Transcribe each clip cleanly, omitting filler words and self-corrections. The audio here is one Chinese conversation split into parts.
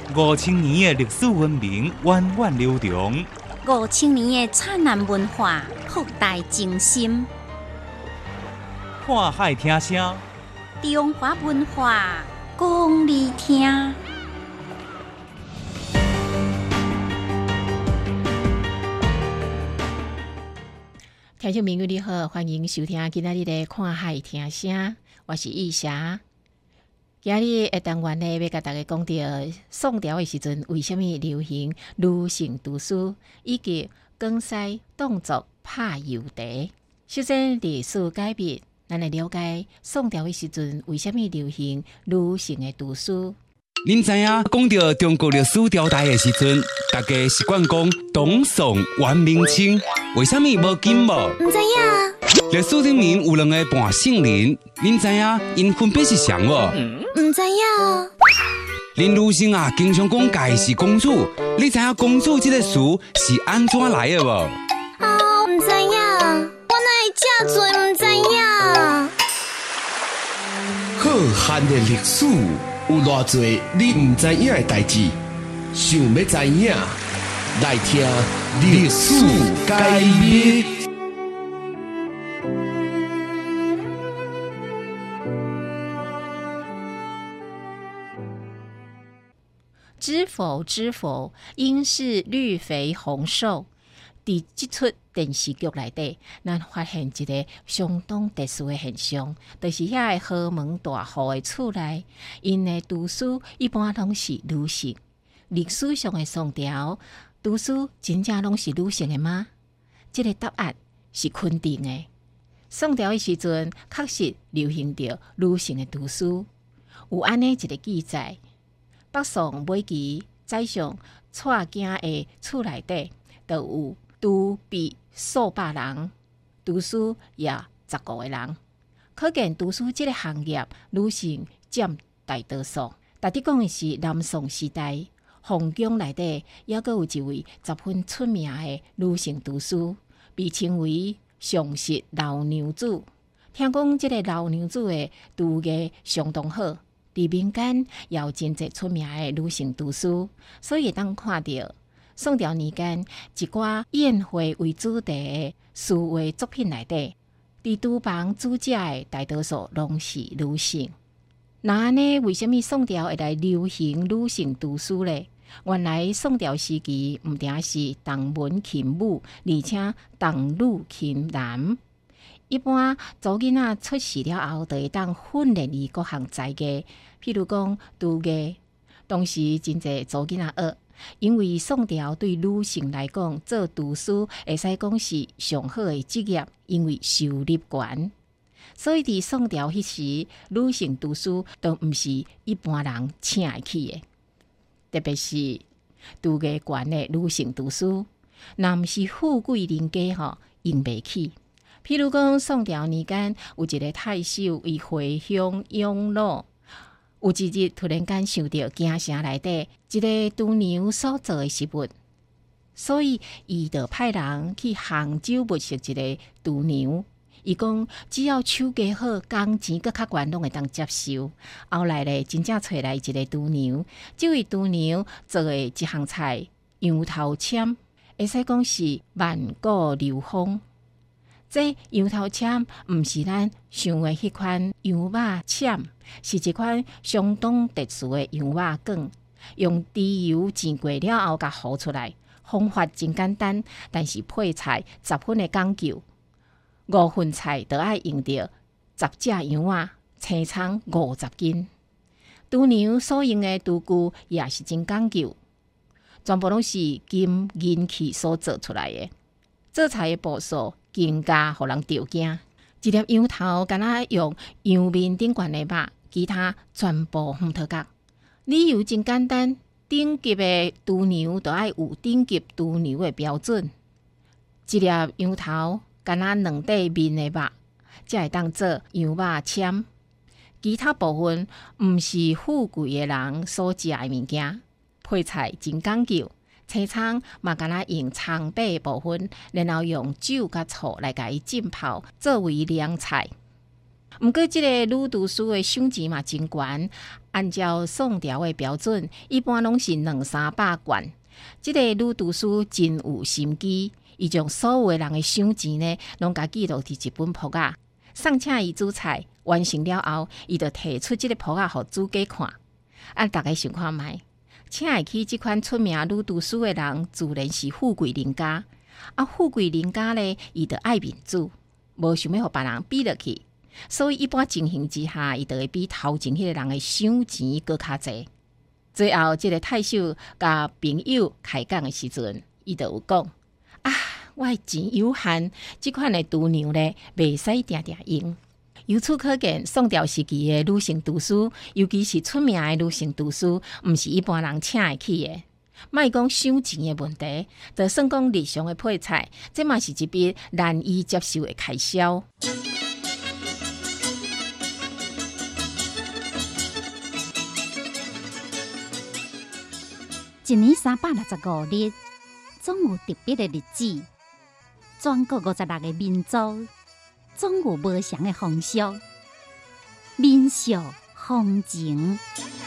5000年的历史文明源远流长 ，5000年的灿烂文化博大精深。 看海听声， 中华文化讲你听。 听众朋友你好，欢迎收听今仔日的看海听声，我是义霞。今日的单元呢，要甲大家讲到宋朝的时阵，为什么流行女性读书，以及广西动作拍油茶。首先，历史改变，咱来了解宋朝的时阵为什么流行女性的读书。 您知影讲到中国历史朝代的时阵，大家习惯讲东宋元明清，为什么无金无？ 唔知影。 历史里面有两个半圣人，您知影因分别是谁无？ 唔知影。 林女性啊，经常讲家是公主，你知影公主这个词是安怎来的无？ 哦，唔知影，我哪会这多唔知影？ 浩瀚的历史。有偌侪你唔知影的代志，想要知影，来听历史解密。 知否知否，应是绿肥红瘦。伫这出电视剧内底，咱发现一个相当特殊的现象，就是遐个豪门大户的厝内，因的读书一般拢是女性。历史上的宋朝读书真正拢是女性的吗？这个答案是肯定的。宋朝的时阵，确实流行着女性的读书，有安尼一个记载：北宋末期，宰相蔡京的厝内底，就有读笔数百人，读书也15个人，可见读书这个行业女性占大多数。特地讲的是南宋时代，皇宫内底也阁有一位十分出名的女性读书，被称为上室老娘子。听讲这个老娘子的读艺相当好，伫民间也有真侪出名的女性读书，所以当看到宋朝年间一寡宴会为主题的诗画作品内底，伫厨房主家的大多数拢是女性。那安尼，为什么宋朝会来流行女性读书呢？原来宋朝时期毋定是重文轻武，而且重女轻男。一般查囡仔出世了后，就会当训练伊各项才艺，譬如讲厨艺。当时真侪查囡仔学。因为宋朝对女性来讲，做读书会使讲是上好的职业，因为收入悬。所以伫宋朝迄时，女性读书都毋是一般人请会起的，特别是厨艺悬的女性读书，若毋是富贵人家用袂起。譬如讲，宋朝年间有一个太守，伊回乡养老。有一日，突然间想到京城内底一个厨娘所做的食物，所以伊就派人去杭州物色一个厨娘。伊讲只要手艺好，工钱搁较悬，拢会当接受。后来咧，真正找来一个厨娘，这位厨娘做的一项菜羊头签，会使讲是万古流芳。这羊头签毋是咱想的迄款羊肉签，是一款相当特殊的羊肉卷，用猪油煎过了后，甲糊出来。方法真简单，但是配菜十分的讲究。5份菜就要用到10只羊肉，青葱50斤。厨娘所用的厨具也是真讲究，全部拢是金银器所做出来的。做菜的步数更加互人着惊。一粒羊头敢若用羊面顶悬的肉，其他全部红头角。理由真简单，顶级的厨娘就要有顶级厨娘的标准。一粒羊头敢若2块面的肉，才会当做羊肉签。其他部分毋是富贵的人所食的物件，配菜真讲究。青葱嘛，敢若用葱白的部分，然后用酒甲醋来甲伊浸泡，作为凉菜。毋过，即个女厨师的赏钱嘛真悬， 按照宋朝的标准，一般拢是200-300罐。这个女厨师真有心机，伊将所有的人的赏钱呢，拢甲记录伫一本簿仔，送请伊煮菜。完成了后，伊就摕出这个簿仔互主家看。大家想看卖，请会起这款出名女厨师的人，自然是富贵人家。富贵人家呢，伊就爱面子，无想要互别人比落去，所以一般情形之下，伊就会比头前迄个人的赏钱搁较济。最后，这个太守甲朋友开讲的时阵，伊就有讲：我的钱有限，这款的厨娘呢，袂使定定用。由此可见，宋朝时期的女性厨师，尤其是出名的女性厨师，毋是一般人请会起的。莫讲赏钱的问题，就算讲日常的配菜，这嘛是一笔难以接受的开销。 一年365日，总有特别的日子。全国56个民族，总有无同的风俗、民俗、风情。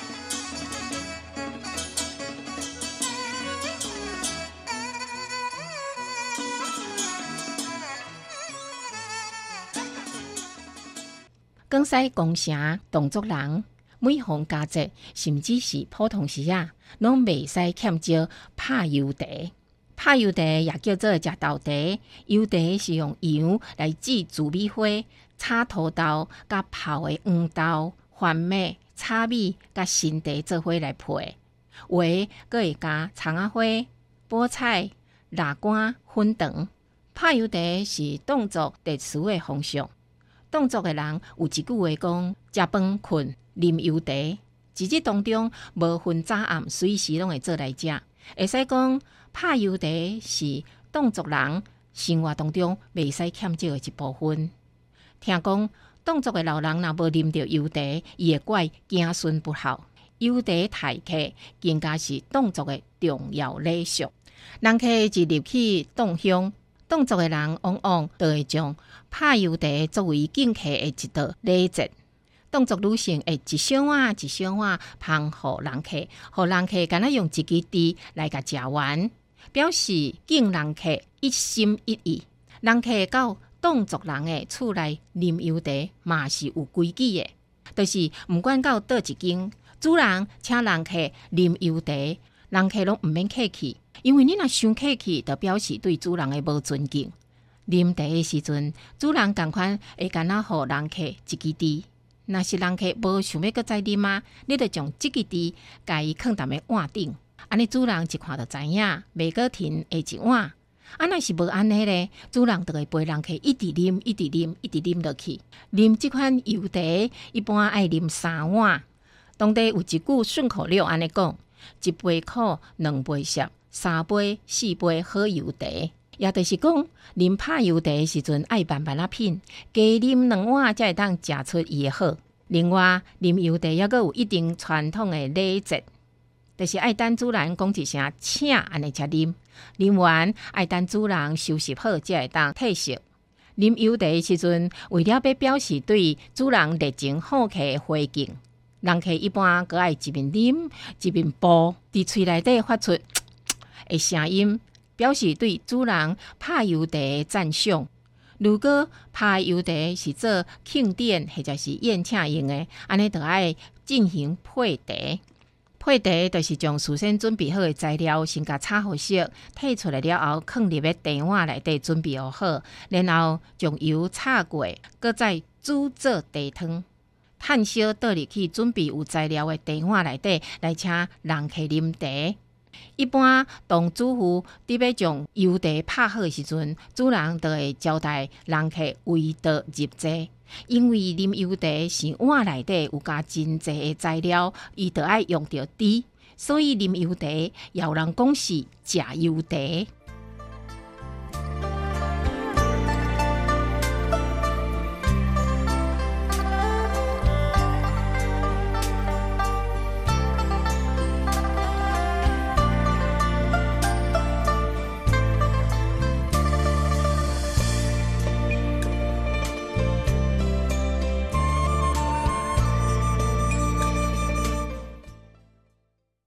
广西公城侗族人，每逢佳节，甚至是普通时啊，拢袂使欠少拍油茶。拍油茶也叫做食豆茶，油茶是用油来制糯米花、炒土豆、甲泡的黄豆、番麦、炒米、甲新茶做伙来配。有的阁会加葱仔花、菠菜、辣干、粉肠。拍油茶是侗族特殊的风俗。侗族的人有一句话讲：食饭困，啉油茶。在这当中，无分早暗，随时拢会做来食。会使讲，拍油茶是侗族人生活当中袂使欠少的一部分。听讲，侗族的老人若无啉到油茶，伊会怪子孙不好。油茶待客更加是侗族的重要礼俗。人客一入去侗乡，侗族的人往往都会将拍油茶作为敬客的一道礼节。侗族女性会一小碗一小碗捧予人客，予人客敢若用一支箸来甲食完，表示敬人客一心一意。人客到侗族人的厝内啉油茶嘛是有规矩的，就是毋管到倒一间，主人请人客啉油茶，人客拢毋免客气，因为你若伤客气，就表示对主人的无尊敬。啉茶的时阵，主人共款会敢若予人客一支箸。若是人客无想要搁再啉啊，你就将这支箸甲伊放踮咧碗顶，安尼主人一看就知影，袂搁停下一碗。若是无安尼咧，主人就会陪人客一直啉，一直啉，一直啉落去。啉这款油茶，一般爱啉3碗。当地有一句顺口溜安尼讲：一杯苦，2杯涩，3杯4杯好油茶。也就是讲，啉拍油茶的时阵爱慢慢啊品，加啉2碗才会当食出伊的好。另外，啉油茶也阁有一定传统的礼节，就是爱等主人讲一声请，安尼才啉。啉完爱等主人收拾好，才会当退席。啉油茶的时阵，为了要表示对主人热情好客的回敬，人客一般阁爱一面啉一面啵，伫喙内底发出的声音。表示对主人拍油茶的赞赏。如果拍油茶是做庆典或者是宴请用的，安尼就爱进行配茶。配茶就是将事先准备好的材料先甲炒好熟，摕出来了后，放入茶碗内底准备好，然后将油炒过，搁再煮做茶汤。炭烧倒入去准备有材料的茶碗内底，来请人客啉茶。一般当主妇伫要将油茶拍好的时阵，主人就会交代人客围桌入座，因为啉油茶是碗内底有加真济的材料，伊就爱用到箸，所以啉油茶也有人讲是食油茶。